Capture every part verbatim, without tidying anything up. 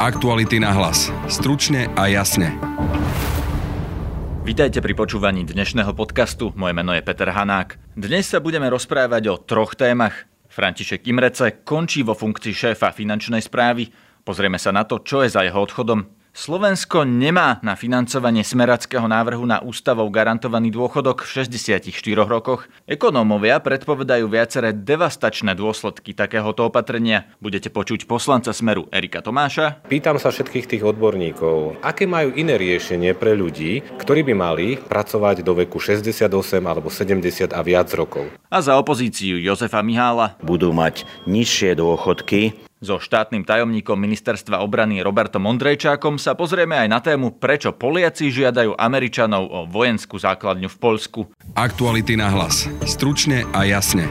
Aktuality na hlas. Stručne a jasne. Vítajte pri počúvaní dnešného podcastu. Moje meno je Peter Hanák. Dnes sa budeme rozprávať o troch témach. František Imrece končí vo funkcii šéfa finančnej správy. Pozrieme sa na to, čo je za jeho odchodom. Slovensko nemá na financovanie smeráckého návrhu na ústavou garantovaný dôchodok v šesťdesiatich štyroch rokoch. Ekonómovia predpovedajú viaceré devastačné dôsledky takéhoto opatrenia. Budete počuť poslanca Smeru Erika Tomáša. Pýtam sa všetkých tých odborníkov, aké majú iné riešenie pre ľudí, ktorí by mali pracovať do veku šesťdesiatosem alebo sedemdesiat a viac rokov. A za opozíciu Jozefa Mihála. Budú mať nižšie dôchodky. So štátnym tajomníkom ministerstva obrany Robertom Ondrejčákom sa pozrieme aj na tému, prečo Poliaci žiadajú Američanov o vojenskú základňu v Poľsku. Aktuality na hlas. Stručne a jasne.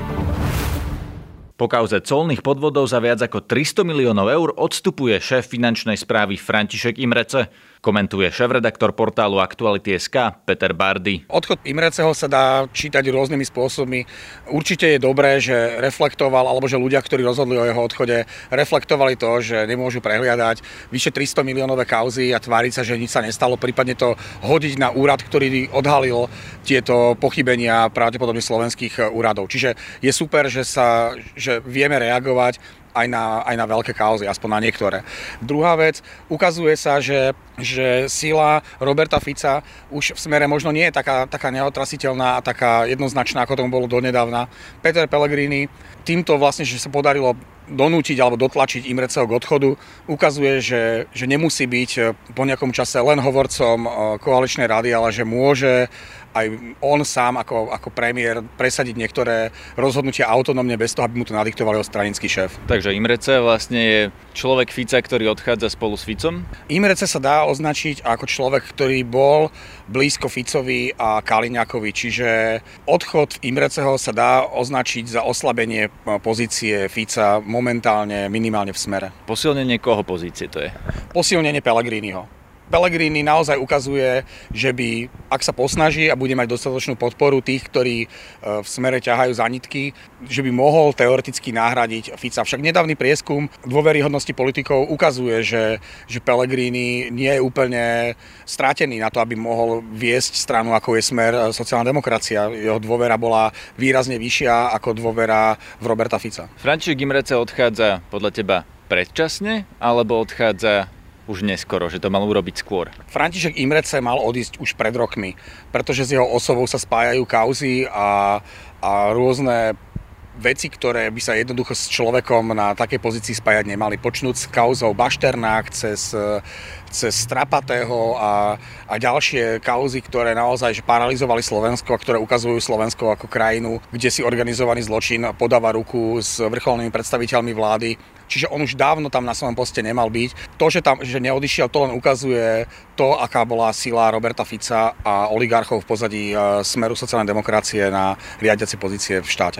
Po kauze colných podvodov za viac ako tristo miliónov eur odstupuje šéf finančnej správy František Imrece. Komentuje šéfredaktor portálu Aktuality bodka es ká Peter Bardy. Odchod Imreceho sa dá čítať rôznymi spôsobmi. Určite je dobré, že reflektoval, alebo že ľudia, ktorí rozhodli o jeho odchode, reflektovali to, že nemôžu prehliadať vyše tristo miliónové kauzy a tváriť sa, že nič sa nestalo, prípadne to hodiť na úrad, ktorý odhalil tieto pochybenia pravdepodobne slovenských úradov. Čiže je super, že, sa, že vieme reagovať aj na, aj na veľké kauzy, aspoň na niektoré. Druhá vec, ukazuje sa, že, že sila Roberta Fica už v Smere možno nie je taká, taká neotrasiteľná a taká jednoznačná, ako tomu bolo donedávna. Peter Pellegrini týmto vlastne, že sa podarilo donútiť alebo dotlačiť Imreceho k odchodu, ukazuje, že, že nemusí byť po nejakom čase len hovorcom koaličnej rady, ale že môže aj on sám ako, ako premiér presadiť niektoré rozhodnutia autonómne bez toho, aby mu to nadiktovali jeho stranický šéf. Takže Imrece vlastne je človek Fica, ktorý odchádza spolu s Ficom? Imrece sa dá označiť ako človek, ktorý bol blízko Ficovi a Kaliňákovi, čiže odchod Imreceho sa dá označiť za oslabenie pozície Fica momentálne, minimálne v Smere. Posilnenie koho pozície to je? Posilnenie Pellegriniho. Pellegrini naozaj ukazuje, že by, ak sa posnaží a bude mať dostatočnú podporu tých, ktorí v Smere ťahajú za nitky, že by mohol teoreticky nahradiť Fica. Však nedávny prieskum dôveryhodnosti politikov ukazuje, že, že Pellegrini nie je úplne strátený na to, aby mohol viesť stranu, ako je Smer sociálna demokracia. Jeho dôvera bola výrazne vyššia ako dôvera v Roberta Fica. František Imrece odchádza podľa teba predčasne, alebo odchádza už neskoro, že to mal urobiť skôr? František Imrece mal odísť už pred rokmi, pretože s jeho osobou sa spájajú kauzy a, a rôzne veci, ktoré by sa jednoducho s človekom na takej pozícii spájať nemali. Počnúť s kauzou Bašternák cez, cez Strapatého a, a ďalšie kauzy, ktoré naozaj že paralizovali Slovensko a ktoré ukazujú Slovensko ako krajinu, kde si organizovaný zločin podáva ruku s vrcholnými predstaviteľmi vlády. Čiže on už dávno tam na svojom poste nemal byť. To, že tam že neodišiel, to len ukazuje to, aká bola sila Roberta Fica a oligarchov v pozadí Smeru sociálnej demokracie na riadiace pozície v štáte.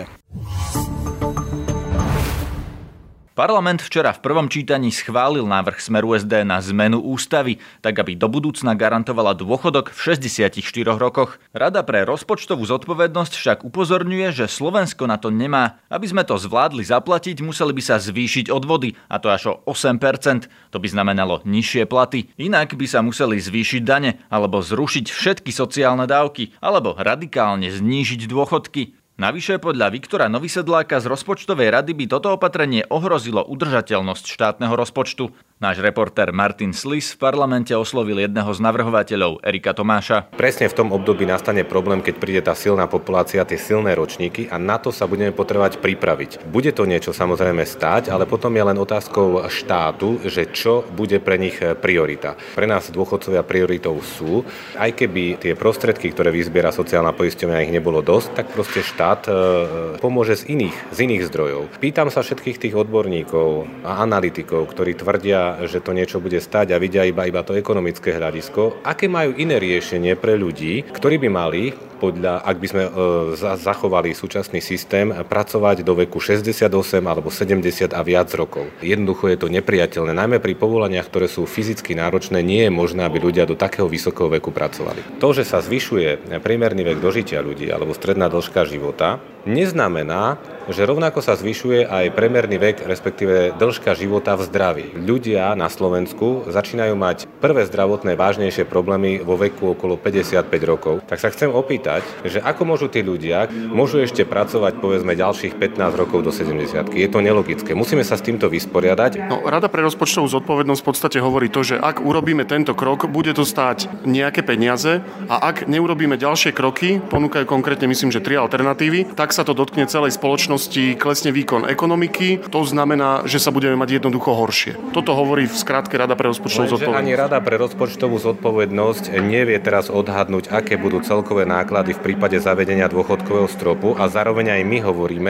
Parlament včera v prvom čítaní schválil návrh Smeru es dé na zmenu ústavy, tak aby do budúcna garantovala dôchodok v šesťdesiatich štyroch rokoch. Rada pre rozpočtovú zodpovednosť však upozorňuje, že Slovensko na to nemá. Aby sme to zvládli zaplatiť, museli by sa zvýšiť odvody, a to až o osem percent. To by znamenalo nižšie platy. Inak by sa museli zvýšiť dane, alebo zrušiť všetky sociálne dávky, alebo radikálne znížiť dôchodky. Navyše podľa Viktora Novysedláka z rozpočtovej rady by toto opatrenie ohrozilo udržateľnosť štátneho rozpočtu. Náš reportér Martin Slis v parlamente oslovil jedného z navrhovateľov, Erika Tomáša. Presne v tom období nastane problém, keď príde tá silná populácia, tie silné ročníky a na to sa budeme potrebovať pripraviť. Bude to niečo samozrejme stáť, ale potom je len otázkou štátu, že čo bude pre nich priorita. Pre nás dôchodcovia prioritou sú, aj keby tie prostriedky, ktoré vyzbiera sociálna poisťovňa, ich nebolo dosť, tak proste štát e, pomôže z iných, z iných zdrojov. Pýtam sa všetkých tých odborníkov a analytikov, ktorí tvrdia, že to niečo bude stáť a vidia iba, iba to ekonomické hľadisko. Aké majú iné riešenie pre ľudí, ktorí by mali podľa, ak by sme e, za, zachovali súčasný systém, pracovať do veku šesťdesiatosem alebo sedemdesiat a viac rokov. Jednoducho je to nepriateľné. Najmä pri povolaniach, ktoré sú fyzicky náročné, nie je možné, aby ľudia do takého vysokého veku pracovali. To, že sa zvyšuje priemerný vek dožitia ľudí alebo stredná dĺžka života, neznamená, že rovnako sa zvyšuje aj priemerný vek, respektíve dĺžka života v zdraví. Ľudia na Slovensku začínajú mať prvé zdravotné vážnejšie problémy vo veku okolo päťdesiatpäť rokov. Tak sa chcem opýtať, že ako môžu tí ľudia môžu ešte pracovať povedzme ďalších pätnásť rokov do sedemdesiatky. Je to nelogické. Musíme sa s týmto vysporiadať. No, Rada pre rozpočtovú zodpovednosť v podstate hovorí to, že ak urobíme tento krok, bude to stáť nejaké peniaze a ak neurobíme ďalšie kroky, ponúkajú konkrétne myslím, že tri alternatívy, tak sa to dotkne celej spoločnosti, klesne výkon ekonomiky, to znamená, že sa budeme mať jednoducho horšie. Toto hovorí v skratke Rada pre rozpočtovú zodpovednosť. Ani Rada pre rozpočtovú zodpovednosť nevie teraz odhadnúť, aké budú celkové náklady v prípade zavedenia dôchodkového stropu a zároveň aj my hovoríme,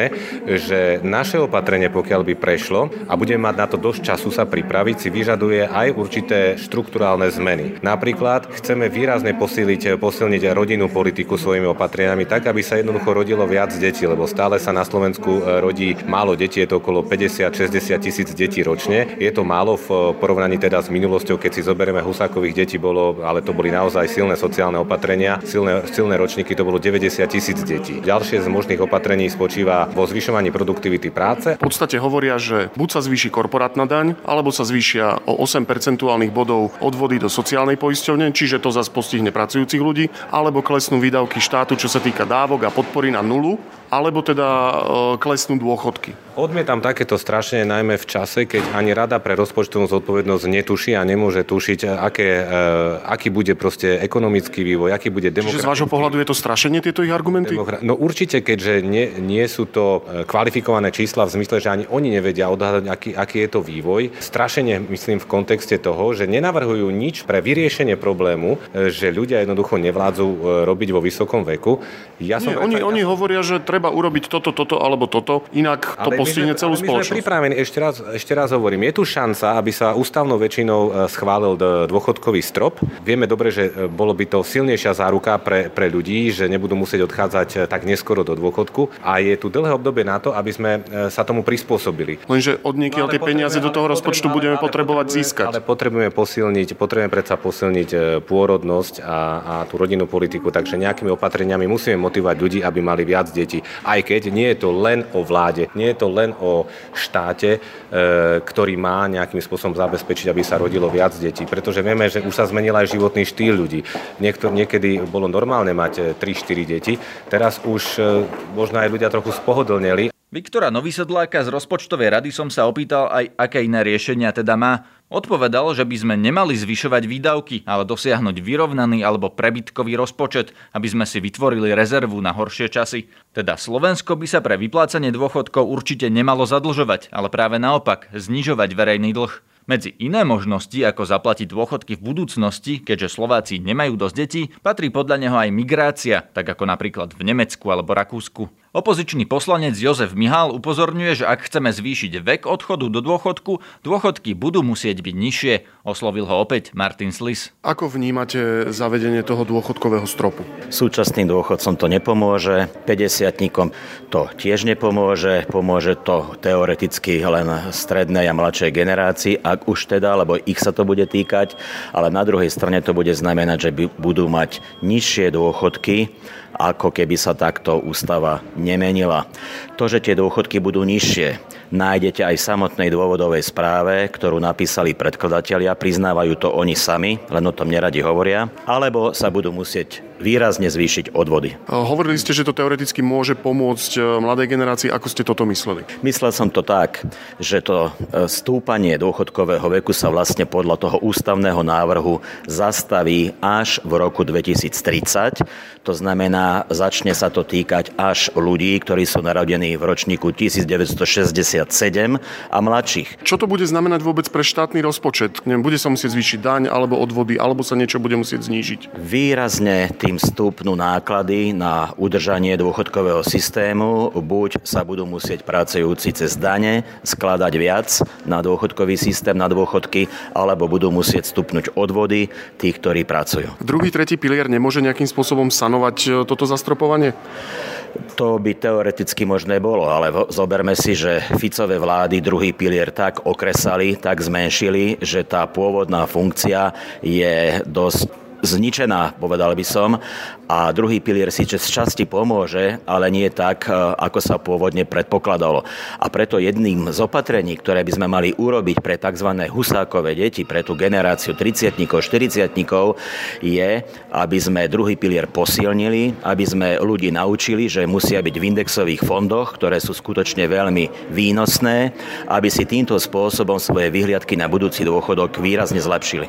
že naše opatrenie, pokiaľ by prešlo a budeme mať na to dosť času sa pripraviť, si vyžaduje aj určité štrukturálne zmeny. Napríklad chceme výrazne posíliť, posilniť rodinnú politiku svojimi opatreniami tak, aby sa jednoducho rodilo viac detí, lebo stále sa na Slovensku rodí málo detí, je to okolo päťdesiat až šesťdesiat tisíc detí ročne. Je to málo v porovnaní teda s minulosťou, keď si zoberieme Husákových detí bolo, ale to boli naozaj silné sociálne opatrenia, silné, silné ročníky, to bolo deväťdesiat tisíc detí. Ďalšie z možných opatrení spočíva vo zvyšovaní produktivity práce. V podstate hovoria, že buď sa zvýši korporátna daň, alebo sa zvýšia o osem percentuálnych bodov odvody do sociálnej poisťovne, čiže to zase postihne pracujúcich ľudí, alebo klesnú výdavky štátu, čo sa týka dávok a podpory na nulu, alebo teda e, klesnú dôchodky. Odmietam takéto strašenie najmä v čase, keď ani Rada pre rozpočtovú zodpovednosť netuší a nemôže tušiť, aké, e, aký bude proste ekonomický vývoj, aký bude demokratický. Čiže z vášho pohľadu je to strašenie, tieto ich argumenty? Demokra- no určite, keďže nie, nie sú to kvalifikované čísla v zmysle, že ani oni nevedia odhadnúť, aký, aký je to vývoj. Strašenie, myslím, v kontexte toho, že nenavrhujú nič pre vyriešenie problému, že ľudia jednoducho nevládzu robiť vo vysokom veku. Ja som nie, oni, ja... oni hovoria, že treba urobiť toto, toto alebo toto, inak to postihne celú spoločnosť. My sme pripravení, ešte raz, ešte raz hovorím, je tu šanca, aby sa ústavnou väčšinou schválil dôchodkový strop. Vieme dobre, že bolo by to silnejšia záruka pre, pre ľudí, že nebudú musieť odchádzať tak neskoro do dôchodku a je tu dlhé obdobie na to, aby sme sa tomu prispôsobili. Lenže od niekiaľ no, tie peniaze do toho rozpočtu budeme ale, potrebovať ale získať. Ale potrebujeme posilniť, potrebujeme predsa posilniť pôrodnosť a, a tú rodinnú politiku, takže nejakými opatreniami musíme motivovať ľudí, aby mali viac detí. Aj keď nie je to len o vláde, nie je to len o štáte, e, ktorý má nejakým spôsobom zabezpečiť, aby sa rodilo viac detí. Pretože vieme, že už sa zmenil aj životný štýl ľudí. Niektor, niekedy bolo normálne mať tri štyri deti, teraz už e, možno aj ľudia trochu spohodlneli. Viktora Novysedláka z rozpočtovej rady som sa opýtal aj, aké iné riešenia teda má. Odpovedal, že by sme nemali zvyšovať výdavky, ale dosiahnuť vyrovnaný alebo prebytkový rozpočet, aby sme si vytvorili rezervu na horšie časy. Teda Slovensko by sa pre vyplácanie dôchodkov určite nemalo zadlžovať, ale práve naopak znižovať verejný dlh. Medzi iné možnosti, ako zaplatiť dôchodky v budúcnosti, keďže Slováci nemajú dosť detí, patrí podľa neho aj migrácia, tak ako napríklad v Nemecku alebo Rakúsku. Opozičný poslanec Jozef Mihál upozorňuje, že ak chceme zvýšiť vek odchodu do dôchodku, dôchodky budú musieť byť nižšie. Oslovil ho opäť Martin Slis. Ako vnímate zavedenie toho dôchodkového stropu? Súčasným dôchodcom to nepomôže, päťdesiatnikom to tiež nepomôže, pomôže to teoreticky len strednej a mladšej generácii, ak už teda, lebo ich sa to bude týkať, ale na druhej strane to bude znamenať, že budú mať nižšie dôchodky, ako keby sa takto ústava nemenila. To, že tie dôchodky budú nižšie, nájdete aj v samotnej dôvodovej správe, ktorú napísali predkladatelia, priznávajú to oni sami, len o tom neradi hovoria, alebo sa budú musieť výrazne zvýšiť odvody. Hovorili ste, že to teoreticky môže pomôcť mladej generácii. Ako ste toto mysleli? Myslel som to tak, že to stúpanie dôchodkového veku sa vlastne podľa toho ústavného návrhu zastaví až v roku dvetisíctridsať. To znamená, začne sa to týkať až ľudí, ktorí sú narodení v ročníku devätnásťstošesťdesiatsedem a mladších. Čo to bude znamenať vôbec pre štátny rozpočet? Bude sa musieť zvýšiť daň alebo odvody, alebo sa niečo bude musieť znížiť? Výrazne tým stúpnú náklady na udržanie dôchodkového systému. Buď sa budú musieť pracujúci cez dane skladať viac na dôchodkový systém, na dôchodky, alebo budú musieť stupnúť odvody tých, ktorí pracujú. Druhý, tretí pilier nemôže nejakým spôsobom sanovať toto zastropovanie? To by teoreticky možné bolo, ale zoberme si, že Ficové vlády druhý pilier tak okresali, tak zmenšili, že tá pôvodná funkcia je dosť zničená, povedal by som, a druhý pilier si z časti pomôže, ale nie tak, ako sa pôvodne predpokladalo. A preto jedným z opatrení, ktoré by sme mali urobiť pre tzv. Husákové deti, pre tú generáciu tridsiatnikov, štyridsiatnikov, je, aby sme druhý pilier posilnili, aby sme ľudí naučili, že musia byť v indexových fondoch, ktoré sú skutočne veľmi výnosné, aby si týmto spôsobom svoje vyhliadky na budúci dôchodok výrazne zlepšili.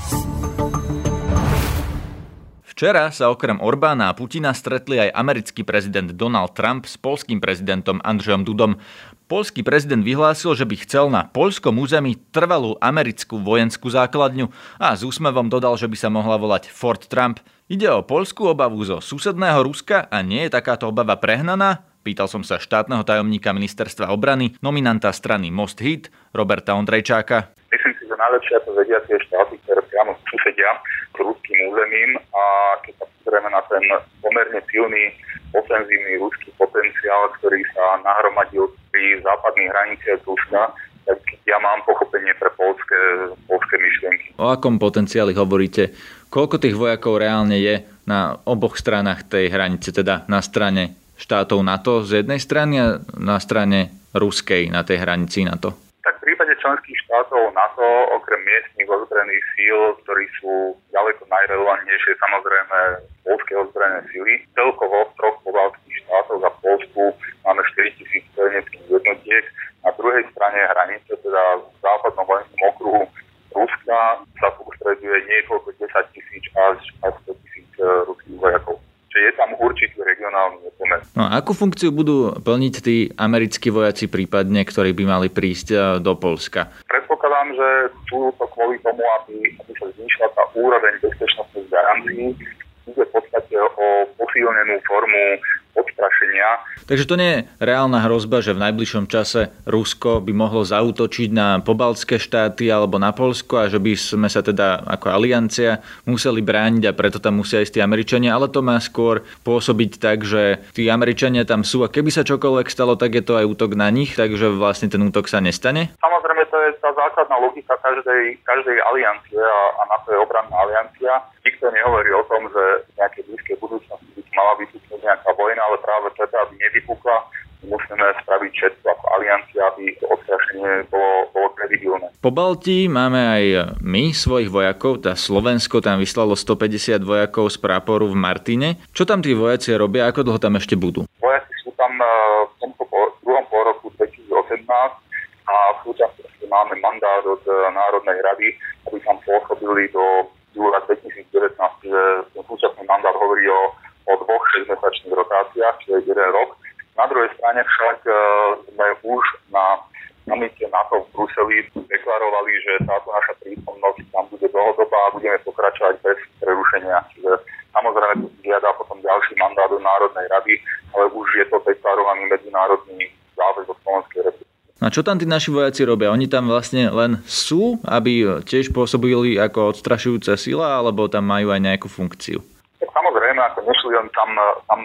Včera sa okrem Orbána a Putina stretli aj americký prezident Donald Trump s poľským prezidentom Andrzejom Dudom. Poľský prezident vyhlásil, že by chcel na poľskom území trvalú americkú vojenskú základňu a s úsmevom dodal, že by sa mohla volať Fort Trump. Ide o poľskú obavu zo susedného Ruska a nie je takáto obava prehnaná? Pýtal som sa štátneho tajomníka ministerstva obrany, nominanta strany Most Híd, Roberta Ondrejčáka. Myslím si, že najlepšie to vedia tie štáty, ktoré priamo susedia s ruským územím, a keď sa pozrieme na ten pomerne silný ofenzívny ruský potenciál, ktorý sa nahromadil pri západných hraniciach Ruska, tak ja mám pochopenie pre poľské, poľské myšlienky. O akom potenciáli hovoríte? Koľko tých vojakov reálne je na oboch stranách tej hranice, teda na strane štátov NATO z jednej strany a na strane ruskej na tej hranici NATO? Tak v prípade členských štátov NATO, okrem miestnych ozbrojených síl, ktorí sú ďaleko najrelevantnejšie, samozrejme poľské ozbrojené síly, celkovo v troch pobaltských štátoch a Poľsku máme štyritisíc spojeneckých jednotiek. Na druhej strane hranice, teda v západnom vojenskom okruhu Ruska, sa sústreďuje niekoľko desať tisíc až sto tisíc ruských vojakov. Čiže je tam určitý regionálny nepomer. No a akú funkciu budú plniť tí americkí vojaci prípadne, ktorí by mali prísť do Poľska? Predpokladám, že sú to kvôli tomu, aby, aby sa zvýšila tá úroveň bezpečnostných garancií. Ide v podstate o posilnenú formu odstrašenia. Takže to nie je reálna hrozba, že v najbližšom čase Rusko by mohlo zaútočiť na pobaltské štáty alebo na Poľsko a že by sme sa teda ako aliancia museli brániť a preto tam musia ísť tí Američania, ale to má skôr pôsobiť tak, že tí Američania tam sú a keby sa čokoľvek stalo, tak je to aj útok na nich, takže vlastne ten útok sa nestane? Samozrejme, to je tá základná logika každej, každej aliancie a, a na to je obranná aliancia. Nikto nehovorí o tom, že v nejakej blízkej budúcnosti by mala vypuknúť nejaká vojna, ale práve preto, aby nevypukla, musíme spraviť všetko ako aliancia, aby odstrašenie bolo, bolo kredibilné. Po Baltii máme aj my svojich vojakov, tá Slovensko tam vyslalo stopäťdesiat vojakov z práporu v Martine. Čo tam tí vojaci robia, ako dlho tam ešte budú? Vojaci sú tam v tomto druhom pôroku dvetisícosemnásť a v súčasnosti máme mandát od Národnej rady, aby tam pôsobili do júla dvetisícdevätnásť, čiže ten súčasný mandát hovorí o, o dvoch šesťmesačných rotáciách, čiže jeden rok. Na druhej strane však e, sme už na samite NATO v Bruseli deklarovali, že táto naša prítomnosť tam bude dlhodobá a budeme pokračovať bez prerušenia. Čiže samozrejme to žiada potom ďalší mandát do Národnej rady, ale už je to deklarovaný medzinárodný záväzok Slovenskej republiky. A čo tam tí naši vojaci robia? Oni tam vlastne len sú, aby tiež pôsobili ako odstrašujúca sila, alebo tam majú aj nejakú funkciu? Tak samozrejme, ako nešli len tam, tam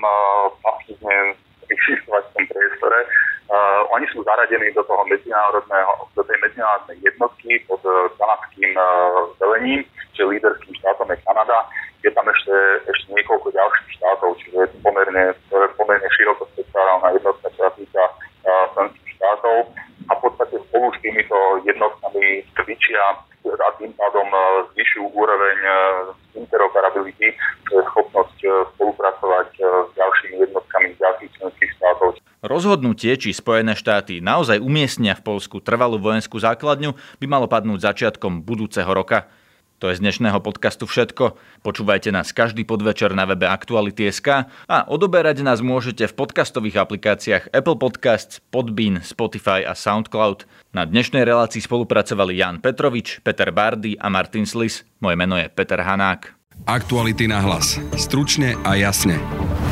pasívne existovať v tom priestore. Uh, oni sú zaradení do toho medzinárodného, do tej medzinárodnej jednotky pod uh, kanadským uh, velením, čiže líderským štátom je Kanada. Je tam ešte, ešte niekoľko ďalších štátov, čiže je to pomerne, pomerne široko spektrálna jednotka, čo sa týka uh, členských štátov. A v podstate spolu s týmito jednotkami cvičia a tým pádom zvyšujú úroveň interoperability, čo je schopnosť spolupracovať s ďalšími jednotkami z ďalších členských štátov. Rozhodnutie, či Spojené štáty naozaj umiestnia v Poľsku trvalú vojenskú základňu, by malo padnúť začiatkom budúceho roka. To je z dnešného podcastu všetko. Počúvajte nás každý podvečer na webe Aktuality bodka es ká a odoberať nás môžete v podcastových aplikáciách Apple Podcasts, Podbean, Spotify a SoundCloud. Na dnešnej relácii spolupracovali Jan Petrovič, Peter Bardy a Martin Slis. Moje meno je Peter Hanák. Aktuality na hlas. Stručne a jasne.